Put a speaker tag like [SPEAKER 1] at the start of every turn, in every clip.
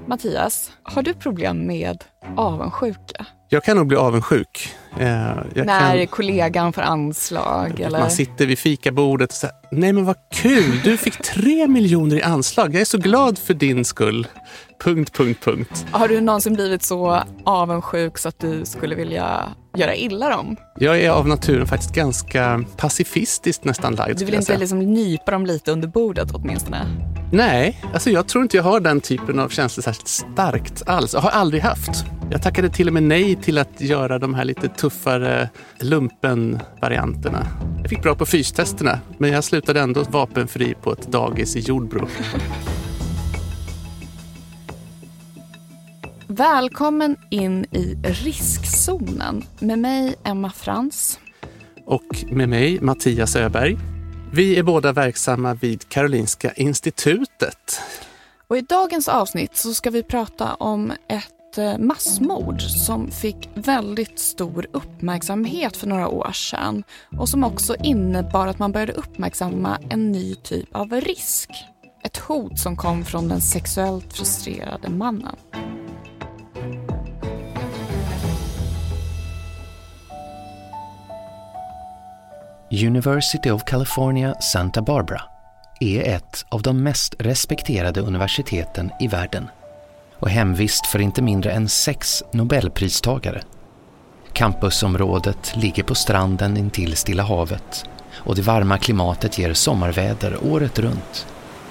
[SPEAKER 1] Mattias, har du problem med avundsjuka?
[SPEAKER 2] Jag kan nog bli avundsjuk.
[SPEAKER 1] När kollegan får anslag? Eller?
[SPEAKER 2] Man sitter vid fikabordet och säger, nej men vad kul, du fick 3 miljoner i anslag. Jag är så glad för din skull. ...
[SPEAKER 1] Har du någonsin blivit så avundsjuk så att du skulle vilja göra illa dem?
[SPEAKER 2] Jag är av naturen faktiskt ganska pacifistiskt nästan lagd.
[SPEAKER 1] Du vill inte liksom nypa dem lite under bordet åtminstone?
[SPEAKER 2] Nej, alltså jag tror inte jag har den typen av känslor särskilt starkt alls. Jag har aldrig haft. Jag tackade till och med nej till att göra de här lite tuffare lumpen-varianterna. Jag fick bra på fystesterna, men jag slutade ändå vapenfri på ett dagis i Jordbro.
[SPEAKER 1] Välkommen in i riskzonen med mig, Emma Frans.
[SPEAKER 2] Och med mig, Mattias Öberg. Vi är båda verksamma vid Karolinska institutet.
[SPEAKER 1] Och i dagens avsnitt så ska vi prata om ett massmord som fick väldigt stor uppmärksamhet för några år sedan. Och som också innebar att man började uppmärksamma en ny typ av risk. Ett hot som kom från den sexuellt frustrerade mannen.
[SPEAKER 3] University of California, Santa Barbara är ett av de mest respekterade universiteten i världen och hemvist för inte mindre än 6 Nobelpristagare. Campusområdet ligger på stranden intill Stilla havet och det varma klimatet ger sommarväder året runt.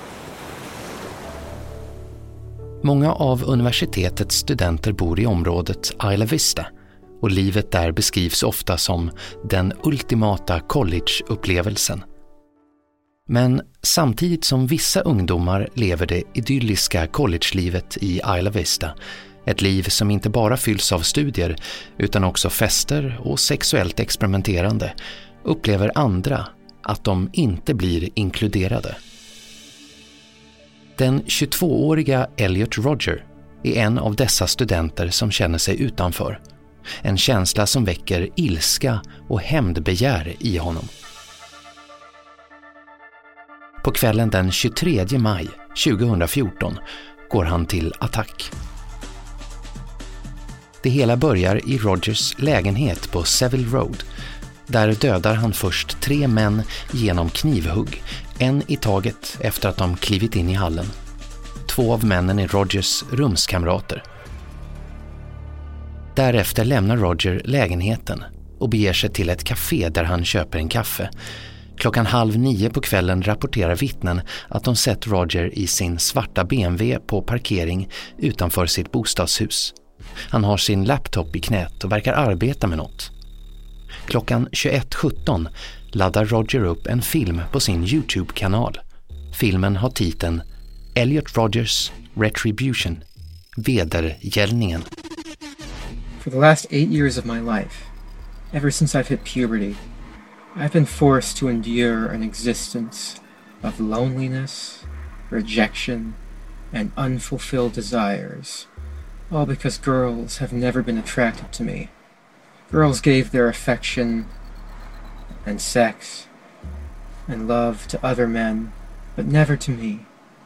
[SPEAKER 3] Många av universitetets studenter bor i området Isla Vista och livet där beskrivs ofta som den ultimata college-upplevelsen. Men samtidigt som vissa ungdomar lever det idylliska college-livet i Isla Vista, ett liv som inte bara fylls av studier utan också fester och sexuellt experimenterande, upplever andra att de inte blir inkluderade. Den 22-åriga Elliot Rodger är en av dessa studenter som känner sig utanför. En känsla som väcker ilska och hämndbegär i honom. På kvällen den 23 maj 2014 går han till attack. Det hela börjar i Rodgers lägenhet på Seville Road. Där dödar han först 3 män genom knivhugg, en i taget efter att de klivit in i hallen. 2 av männen är Rodgers rumskamrater. Därefter lämnar Rodger lägenheten och beger sig till ett café där han köper en kaffe. 8:30 på kvällen rapporterar vittnen att de sett Rodger i sin svarta BMW på parkering utanför sitt bostadshus. Han har sin laptop i knät och verkar arbeta med något. 21:17 laddar Rodger upp en film på sin YouTube-kanal. Filmen har titeln Elliot Rodgers Retribution, vedergällningen.
[SPEAKER 4] For the last 8 years of my life, ever since I've hit puberty, I've been forced to endure an existence of loneliness, rejection, and unfulfilled desires, all because girls have never been attracted to me. Girls gave their affection and sex and love to other men, but never to me.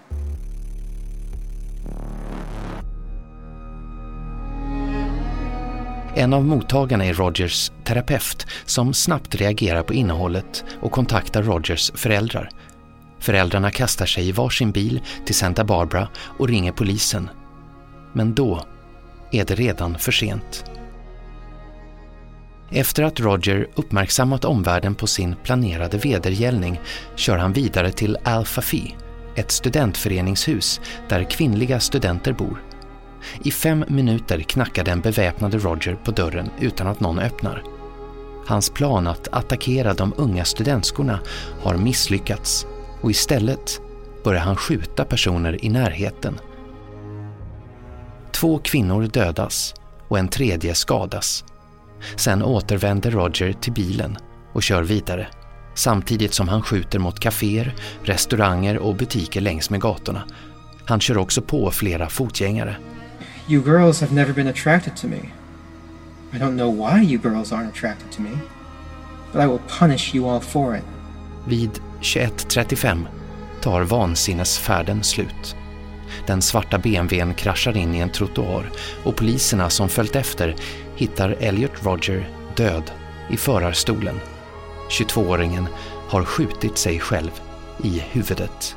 [SPEAKER 3] En av mottagarna är Rodgers terapeut som snabbt reagerar på innehållet och kontaktar Rodgers föräldrar. Föräldrarna kastar sig i varsin bil till Santa Barbara och ringer polisen. Men då är det redan för sent. Efter att Rodger uppmärksammat omvärlden på sin planerade vedergällning kör han vidare till Alpha Phi, ett studentföreningshus där kvinnliga studenter bor. I 5 minuter knackar den beväpnade Rodger på dörren utan att någon öppnar. Hans plan att attackera de unga studentskorna har misslyckats och istället börjar han skjuta personer i närheten. 2 kvinnor dödas och en tredje skadas. Sen återvänder Rodger till bilen och kör vidare, samtidigt som han skjuter mot kaféer, restauranger och butiker längs med gatorna. Han kör också på flera fotgängare.
[SPEAKER 4] You girls have never been attracted to me. I don't know why you girls aren't attracted to me, but I will punish you all for it.
[SPEAKER 3] Vid 21:35 tar vansinnesfärden slut. Den svarta BMW:n kraschar in i en trottoar och poliserna som följt efter hittar Elliot Rodger död i förarstolen. 22-åringen har skjutit sig själv i huvudet.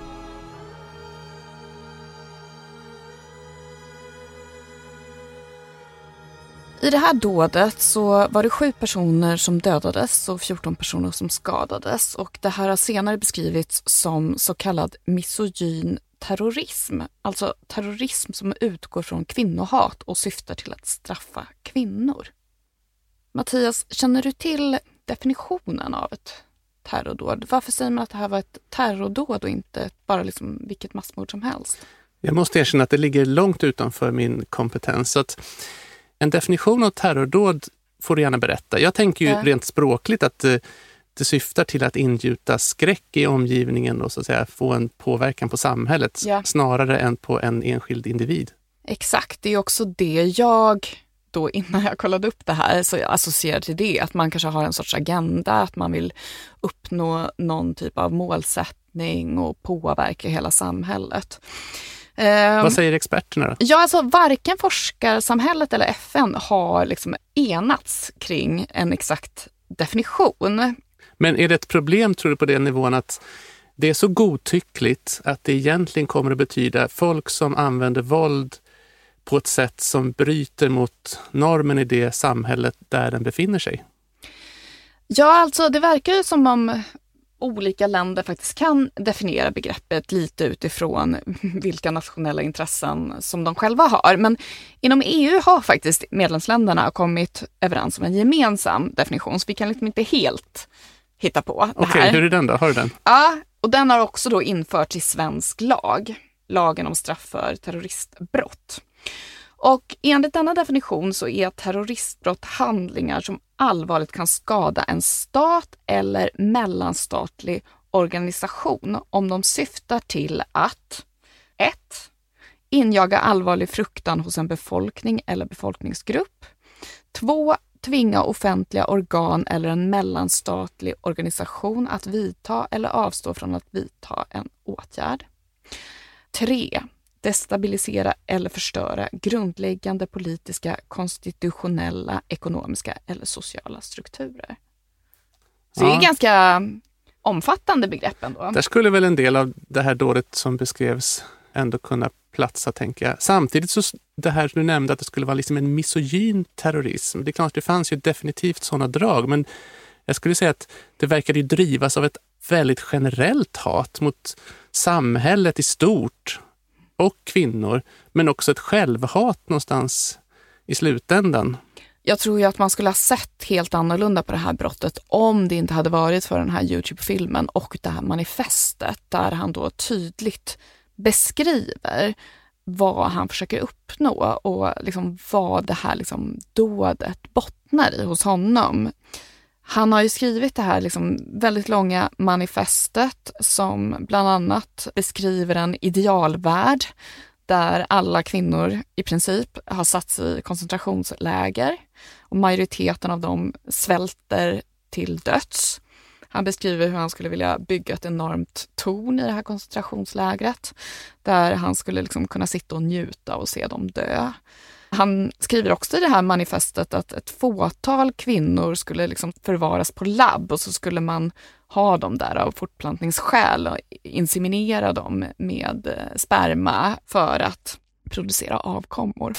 [SPEAKER 1] I det här dådet så var det 7 personer som dödades och 14 personer som skadades. Och det här har senare beskrivits som så kallad misogyn terrorism. Alltså terrorism som utgår från kvinnohat och syftar till att straffa kvinnor. Mattias, känner du till definitionen av ett terrordåd? Varför säger man att det här var ett terrordåd och inte bara liksom vilket massmord som helst?
[SPEAKER 2] Jag måste erkänna att det ligger långt utanför min kompetens. Så att en definition av terrordåd får du gärna berätta. Jag tänker ju rent språkligt att det syftar till att ingjuta skräck i omgivningen och så att säga få en påverkan på samhället snarare än på en enskild individ.
[SPEAKER 1] Exakt, det är också det jag då innan jag kollade upp det här så jag associerar till det. Att man kanske har en sorts agenda, att man vill uppnå någon typ av målsättning och påverka hela samhället.
[SPEAKER 2] Vad säger experterna då?
[SPEAKER 1] Ja, alltså varken forskarsamhället eller FN har liksom enats kring en exakt definition.
[SPEAKER 2] Men är det ett problem, tror du, på den nivån att det är så godtyckligt att det egentligen kommer att betyda folk som använder våld på ett sätt som bryter mot normen i det samhället där den befinner sig?
[SPEAKER 1] Ja, alltså det verkar ju som om olika länder faktiskt kan definiera begreppet lite utifrån vilka nationella intressen som de själva har. Men inom EU har faktiskt medlemsländerna kommit överens om en gemensam definition, så vi kan liksom inte helt hitta på det här.
[SPEAKER 2] Okej, hur är den då? Har du den?
[SPEAKER 1] Ja, och den har också då införts i svensk lag, lagen om straff för terroristbrott. Och enligt denna definition så är terroristbrott handlingar som allvarligt kan skada en stat eller mellanstatlig organisation om de syftar till att 1. Injaga allvarlig fruktan hos en befolkning eller befolkningsgrupp. 2. Tvinga offentliga organ eller en mellanstatlig organisation att vidta eller avstå från att vidta en åtgärd. 3. Destabilisera eller förstöra grundläggande politiska, konstitutionella, ekonomiska eller sociala strukturer. Så det är ganska omfattande begrepp ändå.
[SPEAKER 2] Där skulle väl en del av det här dådet som beskrevs ändå kunna platsa, tänker jag. Samtidigt så det här du nämnde att det skulle vara liksom en misogyn terrorism. Det är klart att det fanns ju definitivt sådana drag, men jag skulle säga att det verkade ju drivas av ett väldigt generellt hat mot samhället i stort och kvinnor, men också ett självhat någonstans i slutändan.
[SPEAKER 1] Jag tror ju att man skulle ha sett helt annorlunda på det här brottet om det inte hade varit för den här YouTube-filmen och det här manifestet där han då tydligt beskriver vad han försöker uppnå och liksom vad det här liksom dådet bottnar i hos honom. Han har ju skrivit det här liksom väldigt långa manifestet som bland annat beskriver en idealvärld där alla kvinnor i princip har satts i koncentrationsläger och majoriteten av dem svälter till döds. Han beskriver hur han skulle vilja bygga ett enormt torn i det här koncentrationslägret där han skulle liksom kunna sitta och njuta och se dem dö. Han skriver också i det här manifestet att ett fåtal kvinnor skulle liksom förvaras på labb och så skulle man ha dem där av fortplantningsskäl och inseminera dem med sperma för att producera avkommor.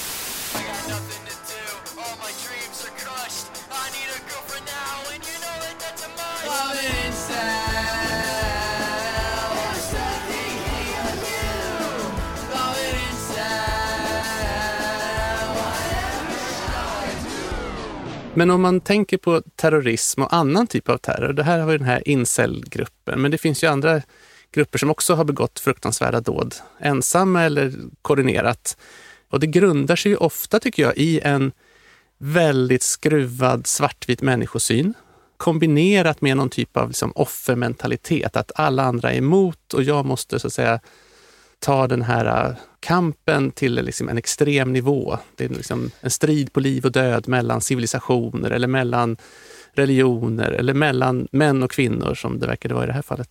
[SPEAKER 2] Men om man tänker på terrorism och annan typ av terror, det här har vi den här incel-gruppen, men det finns ju andra grupper som också har begått fruktansvärda dåd, ensamma eller koordinerat. Och det grundar sig ju ofta, tycker jag, i en väldigt skruvad svartvit människosyn, kombinerat med någon typ av liksom offermentalitet, att alla andra är emot och jag måste så att säga ta den här kampen till liksom en extrem nivå. Det är liksom en strid på liv och död mellan civilisationer eller mellan religioner eller mellan män och kvinnor som det verkade vara i det här fallet.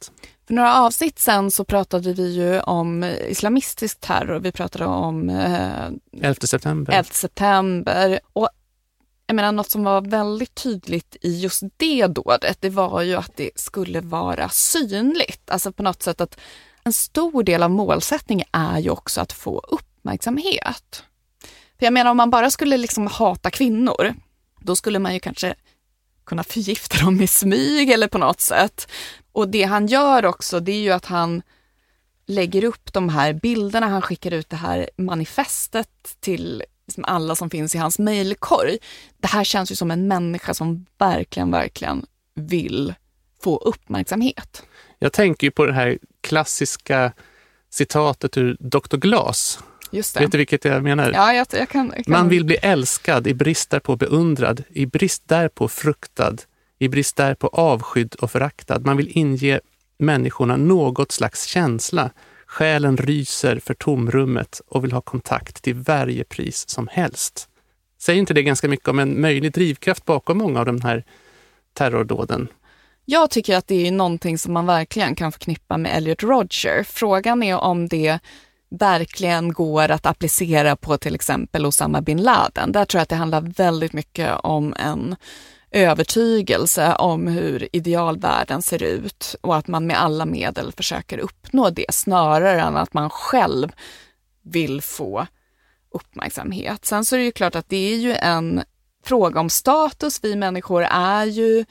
[SPEAKER 1] För några avsnitt sen så pratade vi ju om islamistisk terror. Vi pratade om
[SPEAKER 2] 11 september.
[SPEAKER 1] 11 september. Och jag menar, något som var väldigt tydligt i just det dådet, det var ju att det skulle vara synligt. Alltså på något sätt att en stor del av målsättningen är ju också att få uppmärksamhet. För jag menar, om man bara skulle liksom hata kvinnor, då skulle man ju kanske kunna förgifta dem i smyg eller på något sätt. Och det han gör också, det är ju att han lägger upp de här bilderna, han skickar ut det här manifestet till liksom alla som finns i hans mejlkorg. Det här känns ju som en människa som verkligen vill få uppmärksamhet.
[SPEAKER 2] Jag tänker ju på det här klassiska citatet ur Dr. Glas.
[SPEAKER 1] Just det.
[SPEAKER 2] Vet du vilket jag menar?
[SPEAKER 1] Ja, jag kan.
[SPEAKER 2] Man vill bli älskad, i brist därpå beundrad, i brist därpå fruktad, i brist därpå avskydd och föraktad. Man vill inge människorna något slags känsla. Själen ryser för tomrummet och vill ha kontakt till varje pris som helst. Säger inte det ganska mycket om en möjlig drivkraft bakom många av de här terrordåden?
[SPEAKER 1] Jag tycker att det är någonting som man verkligen kan förknippa med Elliot Rodger. Frågan är om det verkligen går att applicera på till exempel Osama bin Laden. Där tror jag att det handlar väldigt mycket om en övertygelse om hur idealvärlden ser ut och att man med alla medel försöker uppnå det snarare än att man själv vill få uppmärksamhet. Sen så är det ju klart att det är ju en fråga om status. Vi människor är ju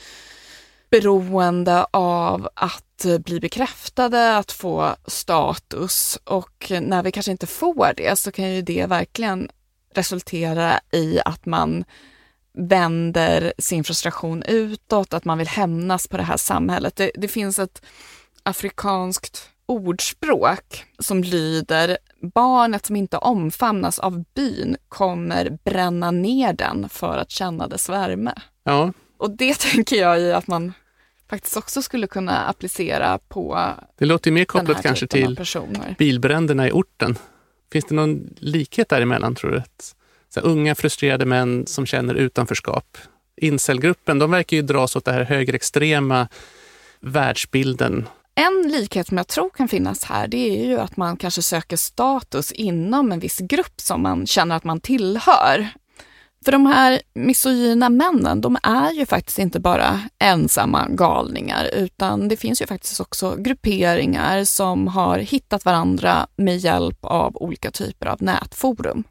[SPEAKER 1] beroende av att bli bekräftade, att få status, och när vi kanske inte får det så kan ju det verkligen resultera i att man vänder sin frustration utåt, att man vill hämnas på det här samhället. Det finns ett afrikanskt ordspråk som lyder: barnet som inte omfamnas av byn kommer bränna ner den för att känna dess värme.
[SPEAKER 2] Ja.
[SPEAKER 1] Och det tänker jag ju att man faktiskt också skulle kunna applicera på.
[SPEAKER 2] Det låter mer kopplat kanske till bilbränderna i orten. Finns det någon likhet däremellan, tror du? Så unga frustrerade män som känner utanförskap. Incelgruppen, de verkar ju dras åt det här högerextrema världsbilden.
[SPEAKER 1] En likhet som jag tror kan finnas här, det är ju att man kanske söker status inom en viss grupp som man känner att man tillhör. För de här misogyna männen, de är ju faktiskt inte bara ensamma galningar, utan det finns ju faktiskt också grupperingar som har hittat varandra med hjälp av olika typer av nätforum.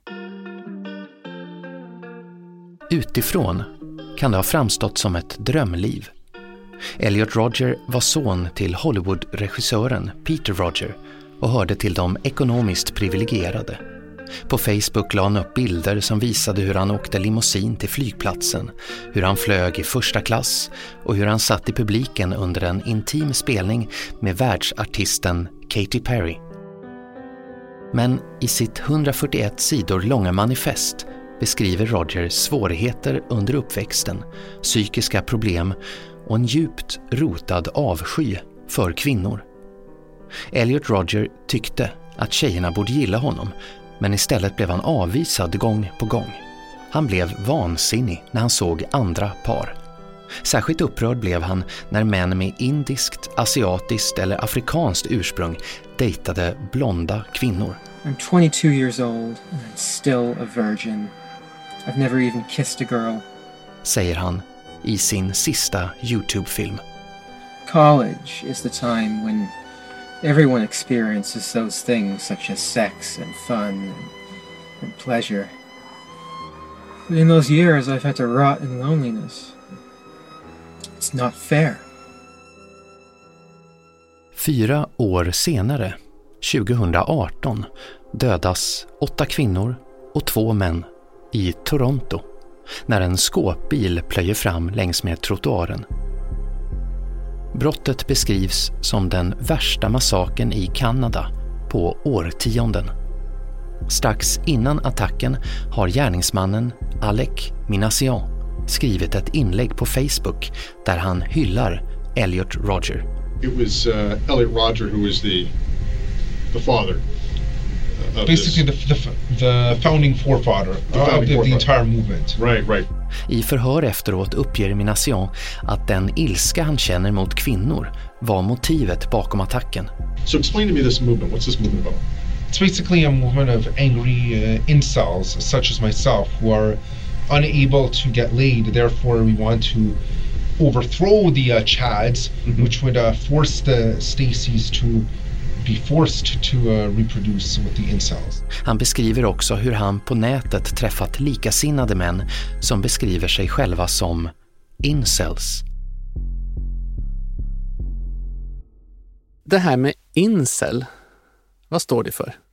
[SPEAKER 3] Utifrån kan det ha framstått som ett drömliv. Elliot Rodger var son till Hollywood-regissören Peter Rodger och hörde till de ekonomiskt privilegierade. På Facebook la han upp bilder som visade hur han åkte limousin till flygplatsen, hur han flög i första klass och hur han satt i publiken under en intim spelning med världsartisten Katy Perry. Men i sitt 141 sidor långa manifest beskriver Rodger svårigheter under uppväxten, psykiska problem och en djupt rotad avsky för kvinnor. Elliot Rodger tyckte att tjejerna borde gilla honom, men istället blev han avvisad gång på gång. Han blev vansinnig när han såg andra par. Särskilt upprörd blev han när män med indiskt, asiatiskt eller afrikanskt ursprung dejtade blonda kvinnor.
[SPEAKER 4] I'm 22 years old and I'm still a virgin. I've never even kissed a girl.
[SPEAKER 3] Säger han i sin sista YouTube-film.
[SPEAKER 4] College is the time when everyone experiences those things such as sex and fun and pleasure. But in those years I've had to rot in loneliness. It's not fair.
[SPEAKER 3] 4 år senare, 2018, dödas 8 kvinnor och 2 män i Toronto när en skåpbil plöjer fram längs med trottoaren. Brottet beskrivs som den värsta massakern i Kanada på årtionden. Strax innan attacken har gärningsmannen Alec Minassian skrivit ett inlägg på Facebook där han hyllar Elliot Rodger.
[SPEAKER 5] It was Elliot Rodger who was the father.
[SPEAKER 6] Basically the founding forefather of the entire movement.
[SPEAKER 5] Right.
[SPEAKER 3] I förhör efteråt uppger Minassian att den ilska han känner mot kvinnor var motivet bakom attacken.
[SPEAKER 5] So explain to me this movement. What's this movement about?
[SPEAKER 6] It's basically a movement of angry incels, such as myself, who are unable to get laid. Therefore, we want to overthrow the Chads, which would force the Stacys to be forced to reproduce with the incels.
[SPEAKER 3] Han beskriver också hur han på nätet träffat likasinnade män som beskriver sig själva som incels.
[SPEAKER 2] Det här med incel, vad står det för?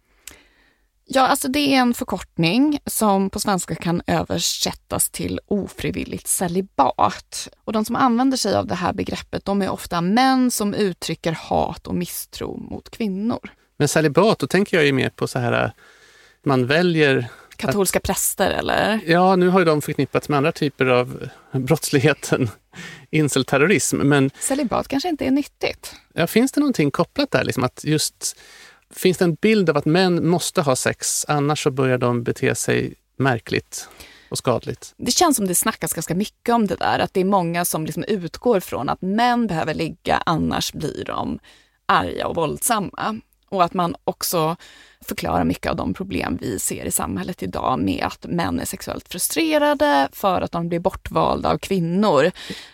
[SPEAKER 1] Ja, alltså det är en förkortning som på svenska kan översättas till ofrivilligt celibat. Och de som använder sig av det här begreppet, de är ofta män som uttrycker hat och misstro mot kvinnor.
[SPEAKER 2] Men celibat, då tänker jag ju mer på så här, man väljer...
[SPEAKER 1] Katolska präster eller?
[SPEAKER 2] Ja, nu har ju de förknippats med andra typer av brottsligheten, incelterrorism. Men
[SPEAKER 1] celibat kanske inte är nyttigt.
[SPEAKER 2] Ja, finns det någonting kopplat där? Liksom att just, finns det en bild av att män måste ha sex, annars så börjar de bete sig märkligt och skadligt?
[SPEAKER 1] Det känns som det snackas ganska mycket om det där. Att det är många som liksom utgår från att män behöver ligga, annars blir de arga och våldsamma. Och att man också förklarar mycket av de problem vi ser i samhället idag med att män är sexuellt frustrerade för att de blir bortvalda av kvinnor.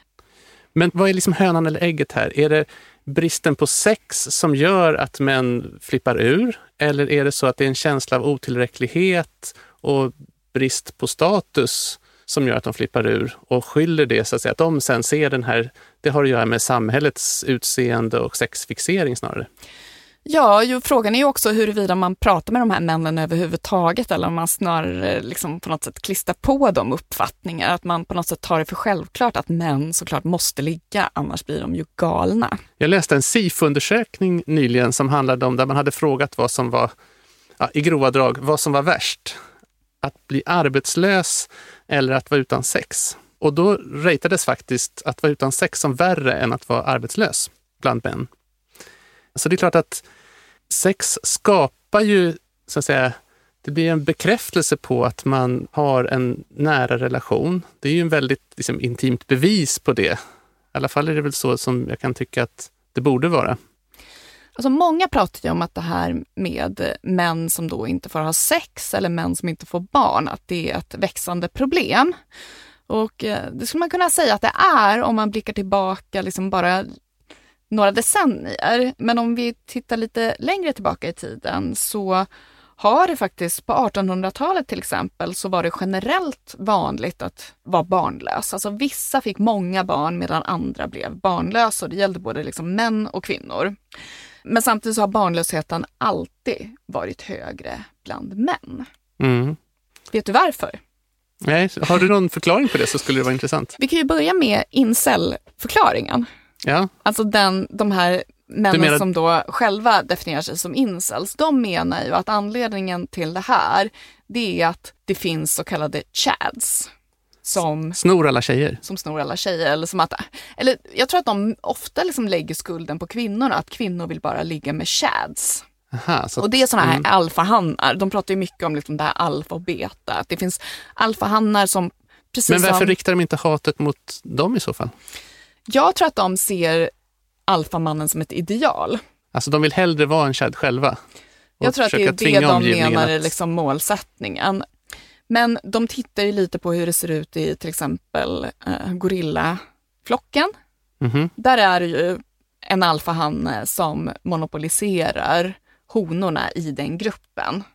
[SPEAKER 2] Men vad är liksom hönan eller ägget här? Är det bristen på sex som gör att män flippar ur? Eller är det så att det är en känsla av otillräcklighet och brist på status som gör att de flippar ur och skyller det, så att säga, att de sen ser den här, det har att göra med samhällets utseende och sexfixering snarare?
[SPEAKER 1] Ja, frågan är ju också huruvida man pratar med de här männen överhuvudtaget eller om man snarare liksom på något sätt klistrar på de uppfattningar. Att man på något sätt tar det för självklart att män såklart måste ligga, annars blir de ju galna.
[SPEAKER 2] Jag läste en SIFO-undersökning nyligen som handlade om, där man hade frågat vad som var, i grova drag, vad som var värst. Att bli arbetslös eller att vara utan sex. Och då ratades faktiskt att vara utan sex som värre än att vara arbetslös bland män. Så det är klart att sex skapar ju, så att säga, det blir en bekräftelse på att man har en nära relation. Det är ju en väldigt liksom, intimt bevis på det. I alla fall är det väl så som jag kan tycka att det borde vara.
[SPEAKER 1] Alltså många pratar ju om att det här med män som då inte får ha sex eller män som inte får barn, att det är ett växande problem. Och det skulle man kunna säga att det är om man blickar tillbaka liksom bara några decennier. Men om vi tittar lite längre tillbaka i tiden så har det faktiskt på 1800-talet till exempel så var det generellt vanligt att vara barnlös. Alltså vissa fick många barn medan andra blev barnlösa och det gällde både liksom män och kvinnor. Men samtidigt så har barnlösheten alltid varit högre bland män. Mm. Vet du varför?
[SPEAKER 2] Nej, har du någon förklaring på det så skulle det vara intressant.
[SPEAKER 1] Vi kan ju börja med incel-förklaringen.
[SPEAKER 2] Ja.
[SPEAKER 1] Alltså de här männen som då själva definierar sig som incels, de menar ju att anledningen till det här, det är att det finns så kallade chads. Som
[SPEAKER 2] snor alla tjejer.
[SPEAKER 1] Som snor alla tjejer. Eller jag tror att de ofta liksom lägger skulden på kvinnorna, att kvinnor vill bara ligga med chads.
[SPEAKER 2] Aha,
[SPEAKER 1] och det är såna här alfahannar. De pratar ju mycket om liksom det här alfa och beta. Att det finns alfahannar som precis.
[SPEAKER 2] Men varför riktar de inte hatet mot dem i så fall?
[SPEAKER 1] Jag tror att de ser alfamannen som ett ideal.
[SPEAKER 2] Alltså de vill hellre vara en chad själva.
[SPEAKER 1] Jag tror att det är det de menar är liksom målsättningen. Men de tittar ju lite på hur det ser ut i till exempel gorillaflocken. Mm-hmm. Där är det ju en alfahanne som monopoliserar honorna i den gruppen.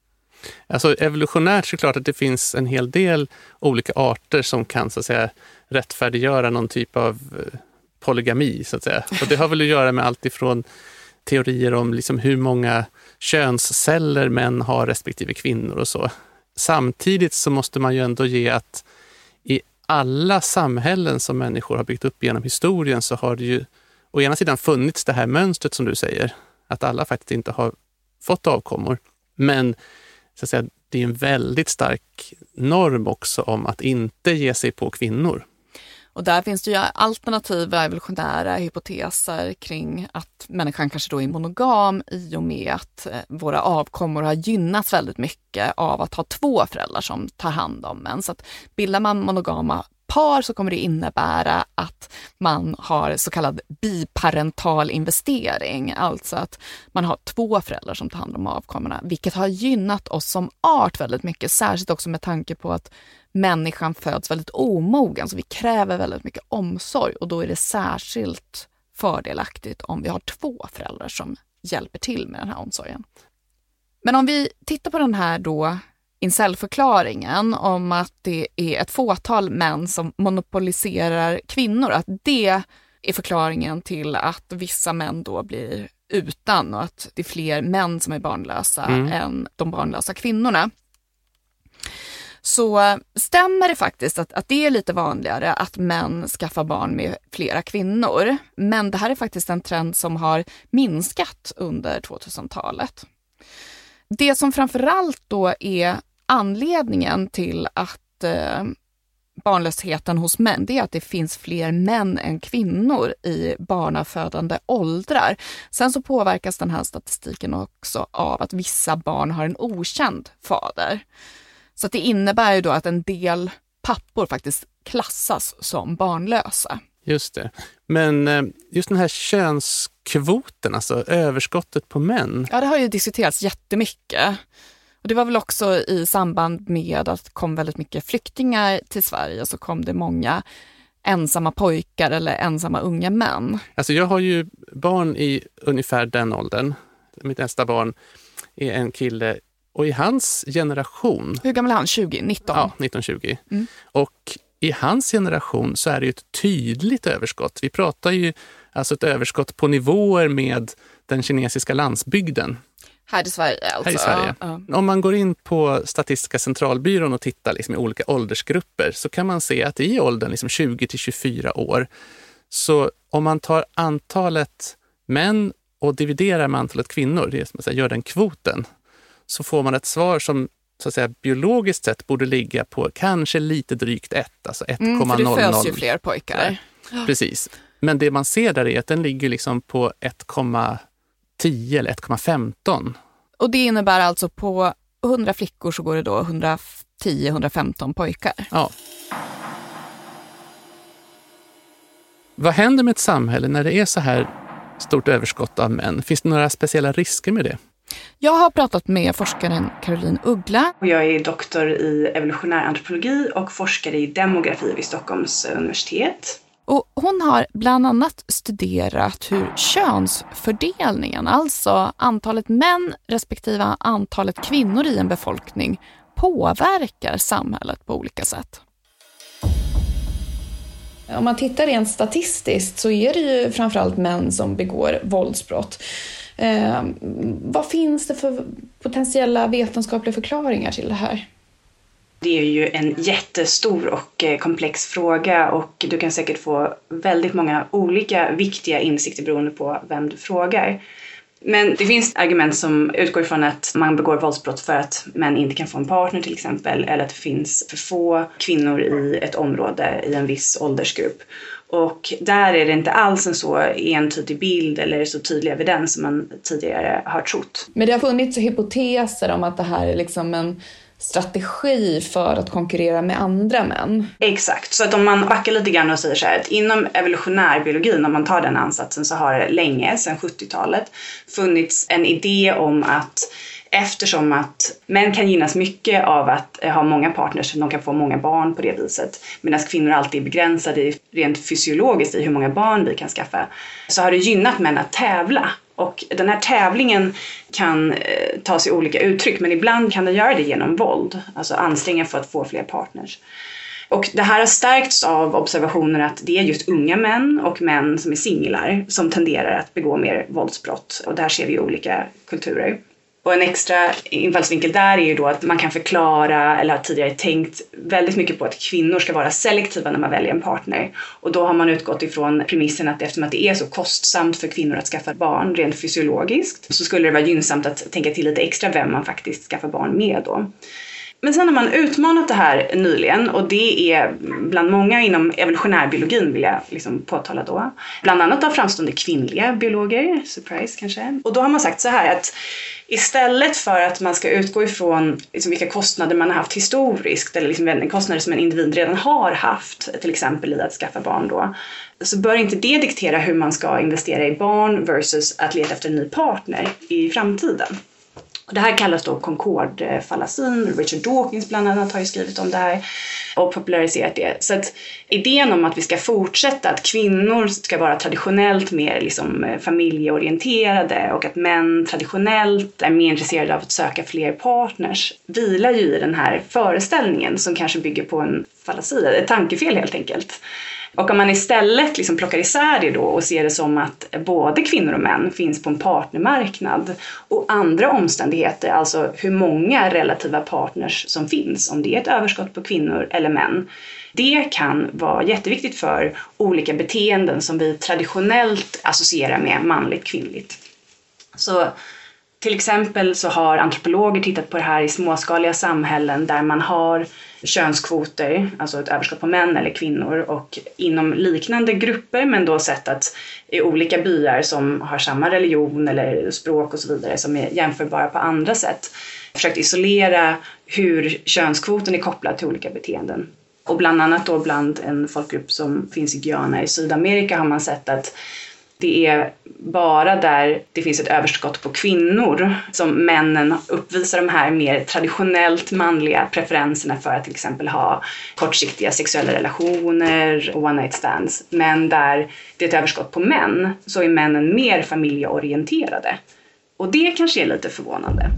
[SPEAKER 2] Alltså evolutionärt så är det klart att det finns en hel del olika arter som kan så att säga rättfärdiggöra någon typ av polygami så att säga. Och det har väl att göra med allt ifrån teorier om liksom hur många könsceller män har respektive kvinnor och så. Samtidigt så måste man ju ändå ge att i alla samhällen som människor har byggt upp genom historien så har det ju å ena sidan funnits det här mönstret som du säger, att alla faktiskt inte har fått avkommor. Men så att säga, det är en väldigt stark norm också om att inte ge sig på kvinnor.
[SPEAKER 1] Och där finns det ju alternativa evolutionära hypoteser kring att människan kanske då är monogam i och med att våra avkommor har gynnats väldigt mycket av att ha två föräldrar som tar hand om en. Så att bildar man monogama par så kommer det innebära att man har så kallad biparental investering. Alltså att man har 2 föräldrar som tar hand om avkommorna. Vilket har gynnat oss som art väldigt mycket. Särskilt också med tanke på att människan föds väldigt omogen. Så vi kräver väldigt mycket omsorg. Och då är det särskilt fördelaktigt om vi har 2 föräldrar som hjälper till med den här omsorgen. Men om vi tittar på den här då incel-förklaringen om att det är ett fåtal män som monopoliserar kvinnor, att det är förklaringen till att vissa män då blir utan och att det är fler män som är barnlösa än de barnlösa kvinnorna. Så stämmer det faktiskt att det är lite vanligare att män skaffar barn med flera kvinnor. Men det här är faktiskt en trend som har minskat under 2000-talet. Det som framförallt då är anledningen till att barnlösheten hos män, det är att det finns fler män än kvinnor i barnafödande åldrar. Sen så påverkas den här statistiken också av att vissa barn har en okänd fader. Så att det innebär ju då att en del pappor faktiskt klassas som barnlösa.
[SPEAKER 2] Just det. Men just den här könskvoten, alltså överskottet på män.
[SPEAKER 1] Ja, det har ju diskuterats jättemycket. Och det var väl också i samband med att det kom väldigt mycket flyktingar till Sverige, så kom det många ensamma pojkar eller ensamma unga män. Alltså
[SPEAKER 2] jag har ju barn i ungefär den åldern. Mitt nästa barn är en kille, och i hans generation...
[SPEAKER 1] Hur gammal är han? 20? 19?
[SPEAKER 2] Ja, 19-20. Och i hans generation så är det ju ett tydligt överskott. Vi pratar ju alltså ett överskott på nivåer med den kinesiska landsbygden.
[SPEAKER 1] Här i Sverige alltså?
[SPEAKER 2] Här i Sverige. Om man går in på Statistiska centralbyrån och tittar liksom i olika åldersgrupper, så kan man se att i åldern liksom 20-24 år, så om man tar antalet män och dividerar med antalet kvinnor, det är som att säga, gör den kvoten, så får man ett svar som så att säga biologiskt sett borde ligga på kanske lite drygt 1, alltså 1,00.
[SPEAKER 1] För det föds ju fler pojkar.
[SPEAKER 2] Ja, precis. Men det man ser där är att den ligger liksom på 1,10 eller 1,15.
[SPEAKER 1] Och det innebär alltså på 100 flickor så går det då 110-115 pojkar.
[SPEAKER 2] Ja. Vad händer med ett samhälle när det är så här stort överskott av män? Finns det några speciella risker med det?
[SPEAKER 1] Jag har pratat med forskaren Caroline Uggla.
[SPEAKER 7] Jag är doktor i evolutionär antropologi och forskare i demografi vid Stockholms universitet.
[SPEAKER 1] Och hon har bland annat studerat hur könsfördelningen, alltså antalet män respektive antalet kvinnor i en befolkning, påverkar samhället på olika sätt. Om man tittar rent statistiskt så är det ju framförallt män som begår våldsbrott. Vad finns det för potentiella vetenskapliga förklaringar till det här?
[SPEAKER 7] Det är ju en jättestor och komplex fråga, och du kan säkert få väldigt många olika viktiga insikter beroende på vem du frågar. Men det finns argument som utgår från att man begår våldsbrott för att män inte kan få en partner till exempel, eller att det finns för få kvinnor i ett område i en viss åldersgrupp. Och där är det inte alls en så entydig bild eller så tydlig evidens som man tidigare har trott.
[SPEAKER 1] Men det har funnits hypoteser om att det här är liksom en strategi för att konkurrera med andra män.
[SPEAKER 7] Exakt, så att om man backar lite grann och säger så här att inom evolutionärbiologin, om man tar den ansatsen, så har det länge, sedan 70-talet, funnits en idé om att eftersom att män kan gynnas mycket av att ha många partners, de kan få många barn på det viset, medan kvinnor alltid är begränsade rent fysiologiskt i hur många barn vi kan skaffa, så har det gynnat män att tävla. Och den här tävlingen kan ta sig olika uttryck, men ibland kan det göra det genom våld, alltså anstränga för att få fler partners. Och det här har stärkts av observationer att det är just unga män och män som är singlar som tenderar att begå mer våldsbrott. Och det här ser vi i olika kulturer. Och en extra infallsvinkel där är ju då att man kan förklara, eller har tidigare tänkt väldigt mycket på att kvinnor ska vara selektiva när man väljer en partner. Och då har man utgått ifrån premissen att eftersom att det är så kostsamt för kvinnor att skaffa barn rent fysiologiskt, så skulle det vara gynnsamt att tänka till lite extra vem man faktiskt skaffar barn med då. Men sen har man utmanat det här nyligen, och det är bland många inom evolutionärbiologin, vill jag liksom påtala då. Bland annat av framstående kvinnliga biologer, surprise kanske. Och då har man sagt så här att istället för att man ska utgå ifrån liksom vilka kostnader man har haft historiskt, eller liksom kostnader som en individ redan har haft, till exempel i att skaffa barn då, så bör inte det diktera hur man ska investera i barn versus att leta efter en ny partner i framtiden. Och det här kallas då Concorde-fallasin. Richard Dawkins bland annat har ju skrivit om det här och populariserat det. Så att idén om att vi ska fortsätta, att kvinnor ska vara traditionellt mer liksom familjeorienterade och att män traditionellt är mer intresserade av att söka fler partners, vilar ju i den här föreställningen som kanske bygger på en fallasi, ett tankefel helt enkelt. Och om man istället liksom plockar isär det då och ser det som att både kvinnor och män finns på en partnermarknad och andra omständigheter, alltså hur många relativa partners som finns, om det är ett överskott på kvinnor eller män, det kan vara jätteviktigt för olika beteenden som vi traditionellt associerar med manligt kvinnligt. Så till exempel så har antropologer tittat på det här i småskaliga samhällen där man har könskvoter, alltså ett överskott på män eller kvinnor, och inom liknande grupper, men då sett att i olika byar som har samma religion eller språk och så vidare som är jämförbara på andra sätt, försökt isolera hur könskvoten är kopplad till olika beteenden. Och bland annat då bland en folkgrupp som finns i Guyana i Sydamerika har man sett att det är bara där det finns ett överskott på kvinnor som männen uppvisar de här mer traditionellt manliga preferenserna för att till exempel ha kortsiktiga sexuella relationer och one night stands. Men där det är ett överskott på män så är männen mer familjeorienterade. Och det kanske är lite förvånande.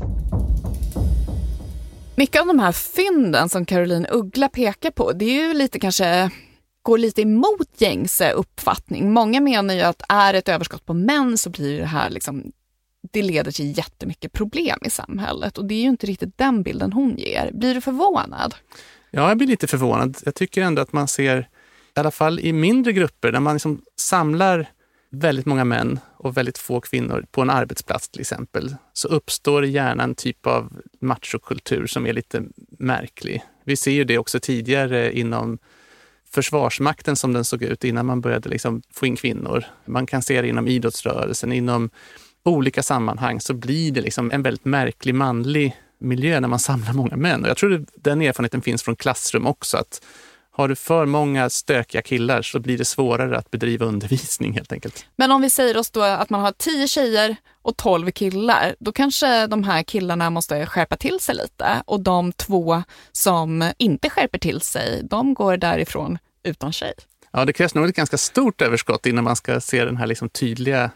[SPEAKER 1] Mycket av de här fynden som Caroline Uggla pekar på, det är ju lite kanske går lite emot gängse uppfattning. Många menar ju att är ett överskott på män så blir det här liksom, det leder till jättemycket problem i samhället. Och det är ju inte riktigt den bilden hon ger. Blir du förvånad?
[SPEAKER 2] Ja, jag blir lite förvånad. Jag tycker ändå att man ser, i alla fall i mindre grupper, där man liksom samlar väldigt många män och väldigt få kvinnor på en arbetsplats till exempel, så uppstår gärna en typ av machokultur som är lite märklig. Vi ser ju det också tidigare inom försvarsmakten som den såg ut innan man började liksom få in kvinnor. Man kan se det inom idrottsrörelsen, inom olika sammanhang så blir det liksom en väldigt märklig manlig miljö när man samlar många män. Och jag tror att den erfarenheten finns från klassrum också, att har du för många stökiga killar så blir det svårare att bedriva undervisning helt enkelt.
[SPEAKER 1] Men om vi säger oss då att man har 10 tjejer och 12 killar, då kanske de här killarna måste skärpa till sig lite. Och de 2 som inte skärper till sig, de går därifrån utan tjej.
[SPEAKER 2] Ja, det krävs nog ett ganska stort överskott innan man ska se den här liksom tydliga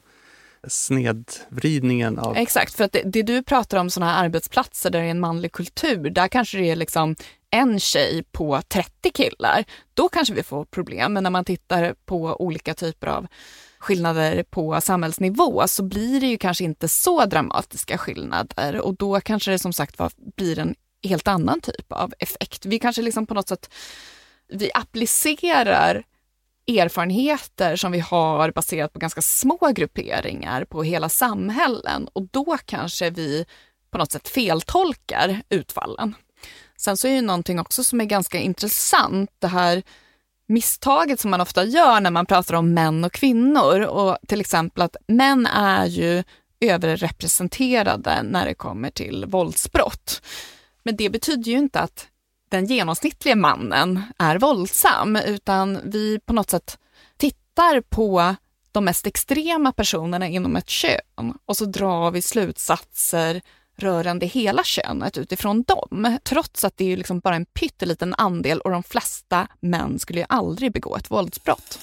[SPEAKER 2] snedvridningen av...
[SPEAKER 1] Exakt, för att det du pratar om, sådana här arbetsplatser där det är en manlig kultur, där kanske det är liksom en tjej på 30 killar, då kanske vi får problem. Men när man tittar på olika typer av skillnader på samhällsnivå så blir det ju kanske inte så dramatiska skillnader, och då kanske det som sagt blir en helt annan typ av effekt. Vi kanske liksom på något sätt vi applicerar erfarenheter som vi har baserat på ganska små grupperingar på hela samhällen, och då kanske vi på något sätt feltolkar utfallen. Sen så är ju någonting också som är ganska intressant, det här misstaget som man ofta gör när man pratar om män och kvinnor, och till exempel att män är ju överrepresenterade när det kommer till våldsbrott. Men det betyder ju inte att den genomsnittliga mannen är våldsam, utan vi på något sätt tittar på de mest extrema personerna inom ett kön och så drar vi slutsatser rörande hela könet utifrån dem, trots att det är ju liksom bara en pytteliten andel och de flesta män skulle ju aldrig begå ett våldsbrott.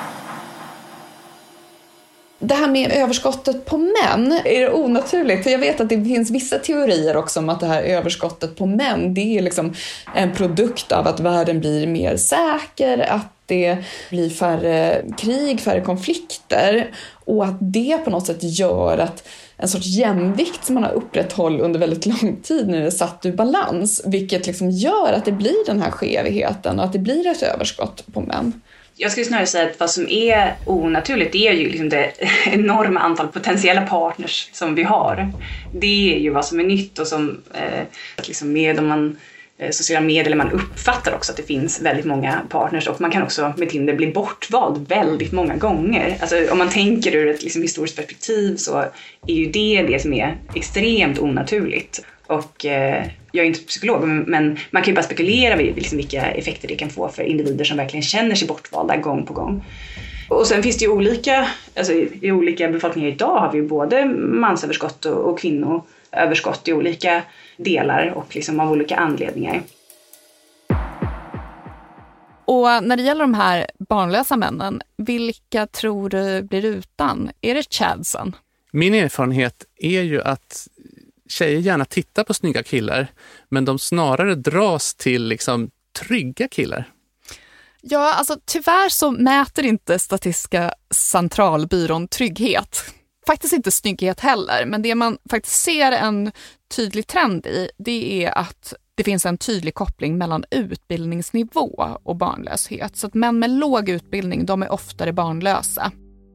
[SPEAKER 1] Det här med överskottet på män, är det onaturligt? För jag vet att det finns vissa teorier också om att det här överskottet på män, det är liksom en produkt av att världen blir mer säker, att det blir färre krig, färre konflikter, och att det på något sätt gör att en sorts jämvikt som man har upprätthållit under väldigt lång tid nu är satt ur balans, vilket liksom gör att det blir den här skevheten och att det blir ett överskott på män.
[SPEAKER 7] Jag skulle snarare säga att vad som är onaturligt, det är ju liksom det enorma antal potentiella partners som vi har. Det är ju vad som är nytt, och som liksom med om man sociala medier, eller man uppfattar också att det finns väldigt många partners, och man kan också med Tinder bli bortvald väldigt många gånger. Alltså, om man tänker ur ett liksom historiskt perspektiv så är ju det som är extremt onaturligt. Och jag är inte psykolog, men man kan ju bara spekulera i liksom vilka effekter det kan få för individer som verkligen känner sig bortvalda gång på gång. Och sen finns det ju i olika befolkningar idag har vi ju både mansöverskott och kvinnoöverskott i olika delar och liksom av olika anledningar.
[SPEAKER 1] Och när det gäller de här barnlösa männen, vilka tror du blir utan? Är det chadsen?
[SPEAKER 2] Min erfarenhet är ju att tjejer gärna tittar på snygga killar, men de snarare dras till liksom trygga killar.
[SPEAKER 1] Ja, alltså tyvärr så mäter inte Statistiska centralbyrån trygghet. Faktiskt inte snygghet heller, men det man faktiskt ser en tydlig trend i, det är att det finns en tydlig koppling mellan utbildningsnivå och barnlöshet. Så att män med låg utbildning, de är oftare barnlösa.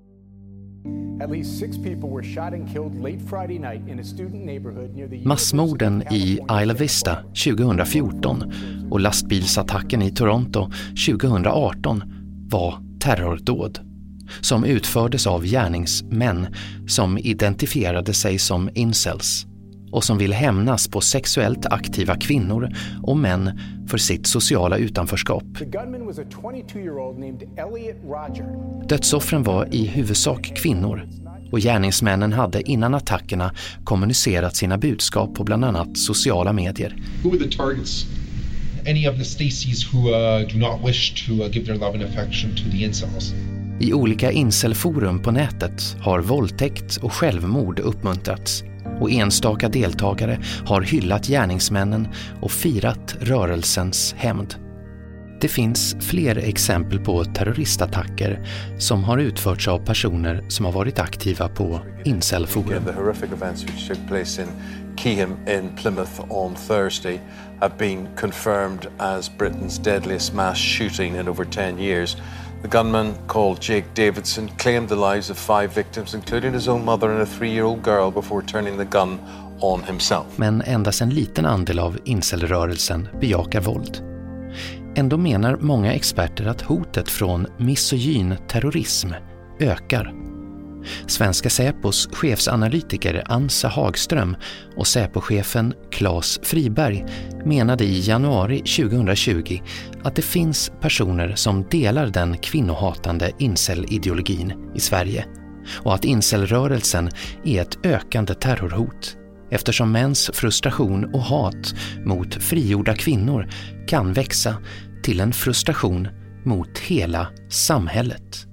[SPEAKER 3] Massmorden i Isla Vista 2014 och lastbilsattacken i Toronto 2018 var terrordåd som utfördes av gärningsmän som identifierade sig som incels och som vill hämnas på sexuellt aktiva kvinnor och män för sitt sociala utanförskap. Dödsoffren var i huvudsak kvinnor och gärningsmännen hade innan attackerna kommunicerat sina budskap på bland annat sociala medier.
[SPEAKER 5] Who were the targets?
[SPEAKER 6] Any of the Stacys who do not wish to give their love and affection to the incels.
[SPEAKER 3] I olika incelforum på nätet har våldtäkt och självmord uppmuntrats. Och enstaka deltagare har hyllat gärningsmännen och firat rörelsens hämnd. Det finns fler exempel på terroristattacker som har utförts av personer som har varit aktiva på incelforum.
[SPEAKER 8] The horrific events which took place in Keyham in Plymouth on Thursday have been confirmed as Britain's deadliest mass shooting in over 10 years. The gunman, called Jake Davidson, claimed the lives of 5 victims, including his own mother and a 3-year-old girl, before turning the gun on himself.
[SPEAKER 3] Men endast en liten andel av incelrörelsen bejakar våld. Ändå menar många experter att hotet från misogyn terrorism ökar. Svenska Säpos chefsanalytiker Ansa Hagström och Säpochefen Claes Friberg menade i januari 2020 att det finns personer som delar den kvinnohatande incel-ideologin i Sverige och att incelrörelsen är ett ökande terrorhot eftersom mäns frustration och hat mot frigjorda kvinnor kan växa till en frustration mot hela samhället.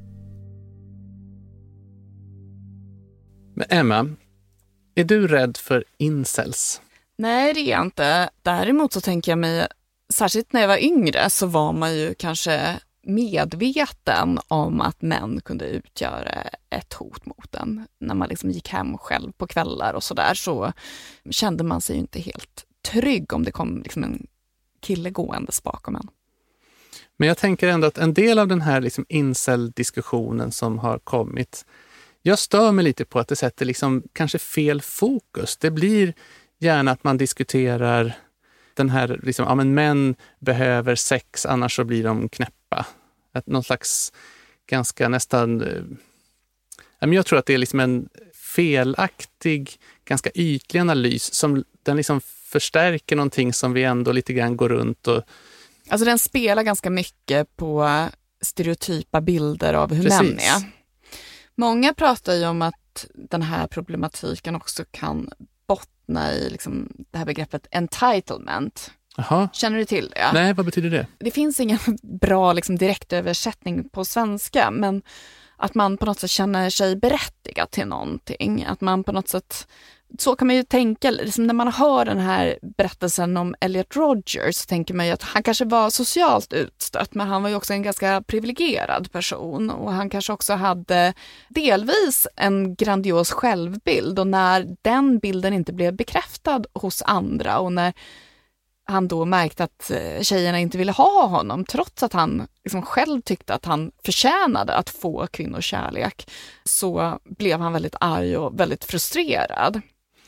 [SPEAKER 2] Men Emma, är du rädd för incels?
[SPEAKER 1] Nej, det är jag inte. Däremot så tänker jag mig, särskilt när jag var yngre så var man ju kanske medveten om att män kunde utgöra ett hot mot en. När man liksom gick hem själv på kvällar och sådär så kände man sig ju inte helt trygg om det kom liksom en kille gåendes bakom en.
[SPEAKER 2] Men jag tänker ändå att en del av den här liksom incel-diskussionen som har kommit, jag stör mig lite på att det sätter liksom kanske fel fokus. Det blir gärna att man diskuterar den här, liksom, ja men män behöver sex annars så blir de knäppa. Att någon slags ganska nästan, jag tror att det är liksom en felaktig, ganska ytlig analys som den liksom förstärker någonting som vi ändå lite grann går runt och...
[SPEAKER 1] Alltså den spelar ganska mycket på stereotypa bilder av hur
[SPEAKER 2] Precis.
[SPEAKER 1] män är. Många pratar ju om att den här problematiken också kan bottna i liksom det här begreppet entitlement.
[SPEAKER 2] Aha.
[SPEAKER 1] Känner du till det?
[SPEAKER 2] Nej, vad betyder det?
[SPEAKER 1] Det finns ingen bra liksom direktöversättning på svenska, men att man på något sätt känner sig berättigad till någonting. Att man på något sätt, så kan man ju tänka, liksom när man hör den här berättelsen om Elliot Rodgers så tänker man ju att han kanske var socialt utstött, men han var ju också en ganska privilegierad person och han kanske också hade delvis en grandios självbild, och när den bilden inte blev bekräftad hos andra och när han då märkte att tjejerna inte ville ha honom trots att han liksom själv tyckte att han förtjänade att få kvinnors kärlek, så blev han väldigt arg och väldigt frustrerad.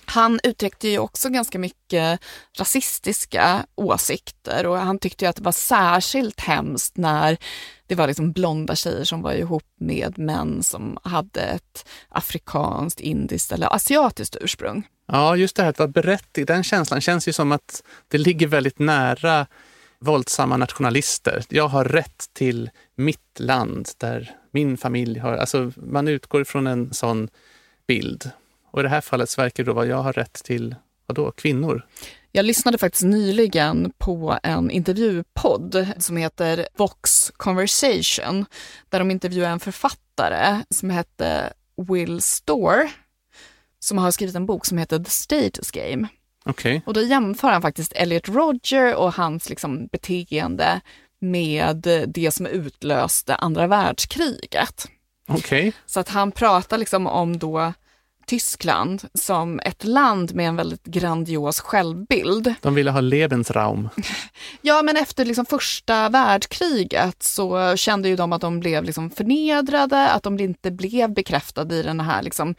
[SPEAKER 1] Han uttryckte ju också ganska mycket rasistiska åsikter och han tyckte ju att det var särskilt hemskt när det var liksom blonda tjejer som var ihop med män som hade ett afrikanskt, indiskt eller asiatiskt ursprung.
[SPEAKER 2] Ja, just det här att vara berättigad, den känslan känns ju som att det ligger väldigt nära våldsamma nationalister. Jag har rätt till mitt land där min familj har, alltså man utgår från en sån bild. Och i det här fallet verkar det då vara jag har rätt till, vadå, kvinnor?
[SPEAKER 1] Jag lyssnade faktiskt nyligen på en intervjupodd som heter Vox Conversation där de intervjuar en författare som hette Will Storr som har skrivit en bok som heter The Status Game.
[SPEAKER 2] Okay.
[SPEAKER 1] Och då jämför han faktiskt Elliot Rodger och hans liksom beteende med det som utlöste andra världskriget.
[SPEAKER 2] Okay.
[SPEAKER 1] Så att han pratar liksom om då Tyskland som ett land med en väldigt grandios självbild.
[SPEAKER 2] De ville ha Lebensraum.
[SPEAKER 1] Ja, men efter liksom första världskriget så kände ju de att de blev liksom förnedrade, att de inte blev bekräftade i den här liksom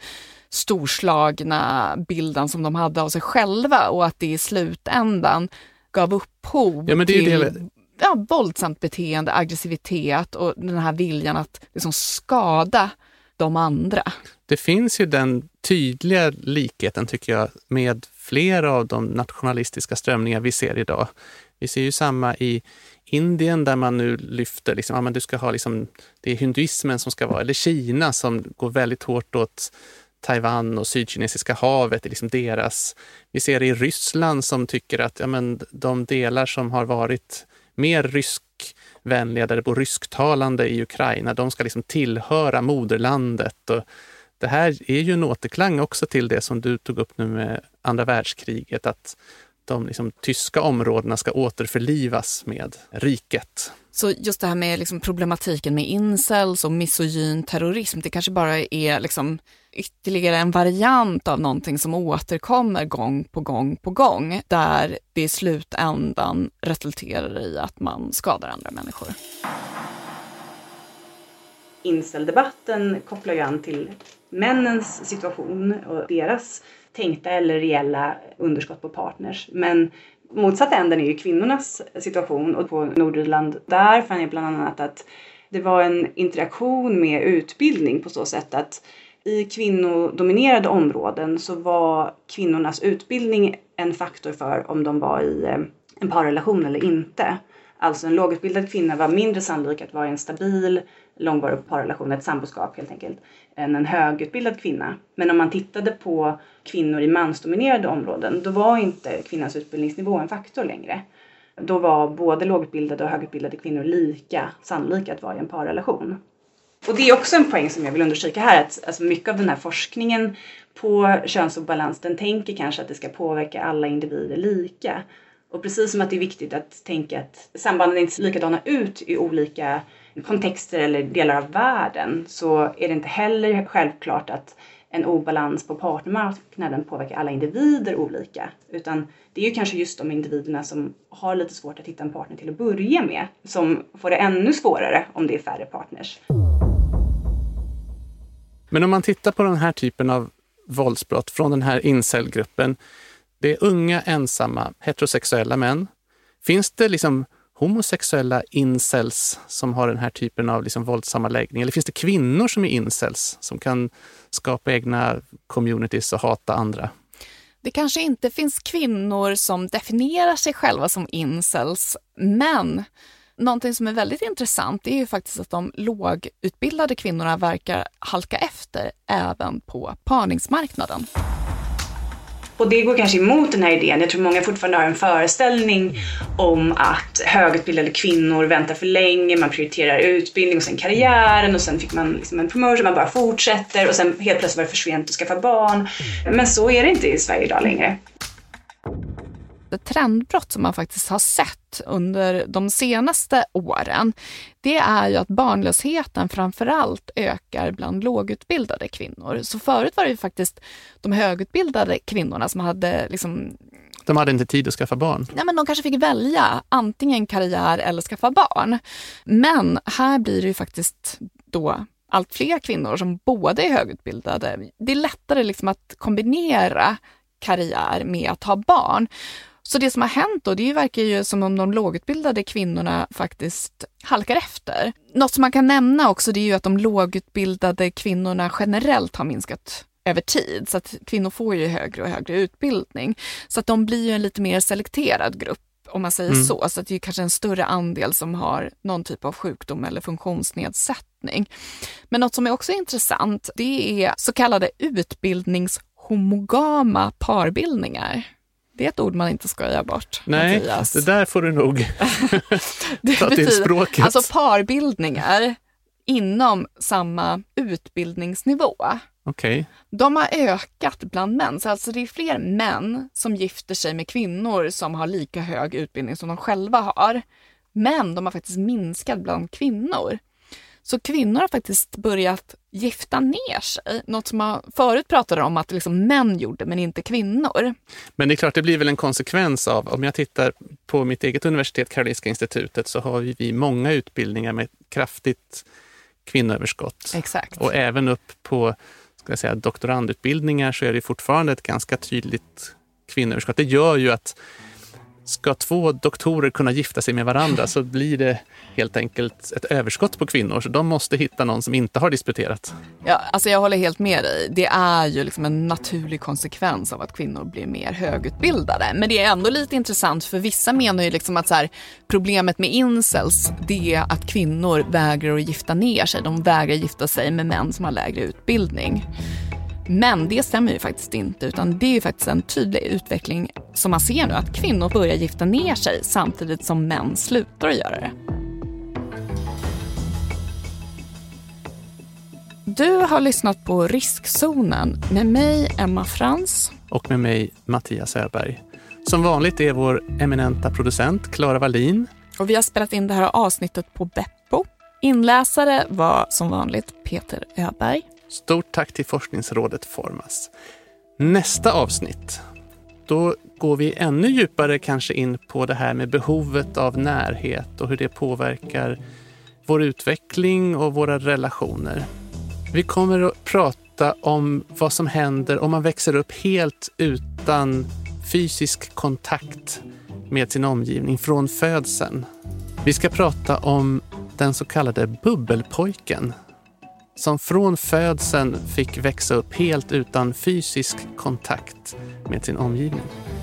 [SPEAKER 1] storslagna bilden som de hade av sig själva och att det i slutändan gav upphov till våldsamt beteende, aggressivitet och den här viljan att liksom skada de andra.
[SPEAKER 2] Det finns ju den tydliga likheten tycker jag med flera av de nationalistiska strömningar vi ser idag. Vi ser ju samma i Indien där man nu lyfter liksom, men du ska ha liksom, det är hinduismen som ska vara, eller Kina som går väldigt hårt åt Taiwan och Sydkinesiska havet är liksom deras. Vi ser det i Ryssland som tycker att de delar som har varit mer ryskvänliga, där det bor rysktalande i Ukraina, de ska liksom tillhöra moderlandet. Och det här är ju en återklang också till det som du tog upp nu med andra världskriget, att de liksom tyska områdena ska återförlivas med riket.
[SPEAKER 1] Så just det här med liksom problematiken med incels och misogyn terrorism, det kanske bara är liksom ytterligare en variant av någonting som återkommer gång på gång på gång, där det i slutändan resulterar i att man skadar andra människor.
[SPEAKER 7] Incel-debatten kopplar ju an till männens situation och deras tänkta eller reella underskott på partners. Men motsatta änden är ju kvinnornas situation, och på Nordirland där fann jag bland annat att det var en interaktion med utbildning på så sätt att i kvinnodominerade områden så var kvinnornas utbildning en faktor för om de var i en parrelation eller inte. Alltså en lågutbildad kvinna var mindre sannolik att vara i en stabil, långvarig parrelation, ett samboskap helt enkelt, än en högutbildad kvinna. Men om man tittade på kvinnor i mansdominerade områden, då var inte kvinnans utbildningsnivå en faktor längre. Då var både lågutbildade och högutbildade kvinnor lika sannolika att vara i en parrelation. Och det är också en poäng som jag vill understryka här, att alltså mycket av den här forskningen på könsobalans, den tänker kanske att det ska påverka alla individer lika. Och precis som att det är viktigt att tänka att sambanden inte ser likadana ut i olika kontexter eller delar av världen, så är det inte heller självklart att en obalans på partnermarknaden påverkar alla individer olika. Utan det är ju kanske just de individerna som har lite svårt att hitta en partner till att börja med som får det ännu svårare om det är färre partners.
[SPEAKER 2] Men om man tittar på den här typen av våldsbrott från den här incel-gruppen, det är unga, ensamma, heterosexuella män. Finns det liksom homosexuella incels som har den här typen av liksom våldsamma läggning? Eller finns det kvinnor som är incels som kan skapa egna communities och hata andra?
[SPEAKER 1] Det kanske inte finns kvinnor som definierar sig själva som incels, men någonting som är väldigt intressant är ju faktiskt att de lågutbildade kvinnorna verkar halka efter även på parningsmarknaden.
[SPEAKER 7] Och det går kanske emot den här idén. Jag tror många fortfarande har en föreställning om att högutbildade kvinnor väntar för länge. Man prioriterar utbildning och sen karriären och sen fick man liksom en promotion, man bara fortsätter och sen helt plötsligt var det för sent att skaffa barn. Men så är det inte i Sverige idag längre.
[SPEAKER 1] Det trendbrott som man faktiskt har sett under de senaste åren, det är ju att barnlösheten framförallt ökar bland lågutbildade kvinnor. Så förut var det ju faktiskt de högutbildade kvinnorna som hade liksom...
[SPEAKER 2] De hade inte tid att skaffa barn.
[SPEAKER 1] Nej, men de kanske fick välja antingen karriär eller skaffa barn. Men här blir det ju faktiskt då allt fler kvinnor som både är högutbildade. Det är lättare liksom att kombinera karriär med att ha barn. Så det som har hänt då, det verkar ju som om de lågutbildade kvinnorna faktiskt halkar efter. Något som man kan nämna också, det är ju att de lågutbildade kvinnorna generellt har minskat över tid. Så att kvinnor får ju högre och högre utbildning. Så att de blir ju en lite mer selekterad grupp, om man säger så. Så att det är kanske en större andel som har någon typ av sjukdom eller funktionsnedsättning. Men något som är också intressant, det är så kallade utbildningshomogama parbildningar. Det är ett ord man inte skojar bort.
[SPEAKER 2] Nej,
[SPEAKER 1] Mattias.
[SPEAKER 2] Det där får du nog ta till språket.
[SPEAKER 1] Alltså parbildningar inom samma utbildningsnivå.
[SPEAKER 2] Okay.
[SPEAKER 1] De har ökat bland män. Så alltså det är fler män som gifter sig med kvinnor som har lika hög utbildning som de själva har. Men de har faktiskt minskat bland kvinnor. Så kvinnor har faktiskt börjat gifta ner sig. Något som man förut pratade om att liksom män gjorde, men inte kvinnor.
[SPEAKER 2] Men det är klart, det blir väl en konsekvens av, om jag tittar på mitt eget universitet, Karolinska institutet, så har vi många utbildningar med kraftigt kvinnoöverskott.
[SPEAKER 1] Exakt.
[SPEAKER 2] Och även upp på doktorandutbildningar så är det fortfarande ett ganska tydligt kvinnoöverskott. Det gör ju att ska 2 doktorer kunna gifta sig med varandra så blir det helt enkelt ett överskott på kvinnor. Så de måste hitta någon som inte har disputerat.
[SPEAKER 1] Ja, alltså jag håller helt med dig. Det är ju liksom en naturlig konsekvens av att kvinnor blir mer högutbildade. Men det är ändå lite intressant, för vissa menar ju liksom att så här, problemet med incels, det är att kvinnor vägrar att gifta ner sig. De vägrar gifta sig med män som har lägre utbildning. Men det stämmer ju faktiskt inte, utan det är ju faktiskt en tydlig utveckling som man ser nu, att kvinnor börjar gifta ner sig samtidigt som män slutar att göra det. Du har lyssnat på Riskzonen med mig, Emma Frans.
[SPEAKER 2] Och med mig, Mattias Öberg. Som vanligt är vår eminenta producent Clara Wallin.
[SPEAKER 1] Och vi har spelat in det här avsnittet på Beppo. Inläsare var som vanligt Peter Öberg.
[SPEAKER 2] Stort tack till Forskningsrådet Formas. Nästa avsnitt, då går vi ännu djupare kanske in på det här med behovet av närhet och hur det påverkar vår utveckling och våra relationer. Vi kommer att prata om vad som händer om man växer upp helt utan fysisk kontakt med sin omgivning från födseln. Vi ska prata om den så kallade bubbelpojken som från födseln fick växa upp helt utan fysisk kontakt med sin omgivning.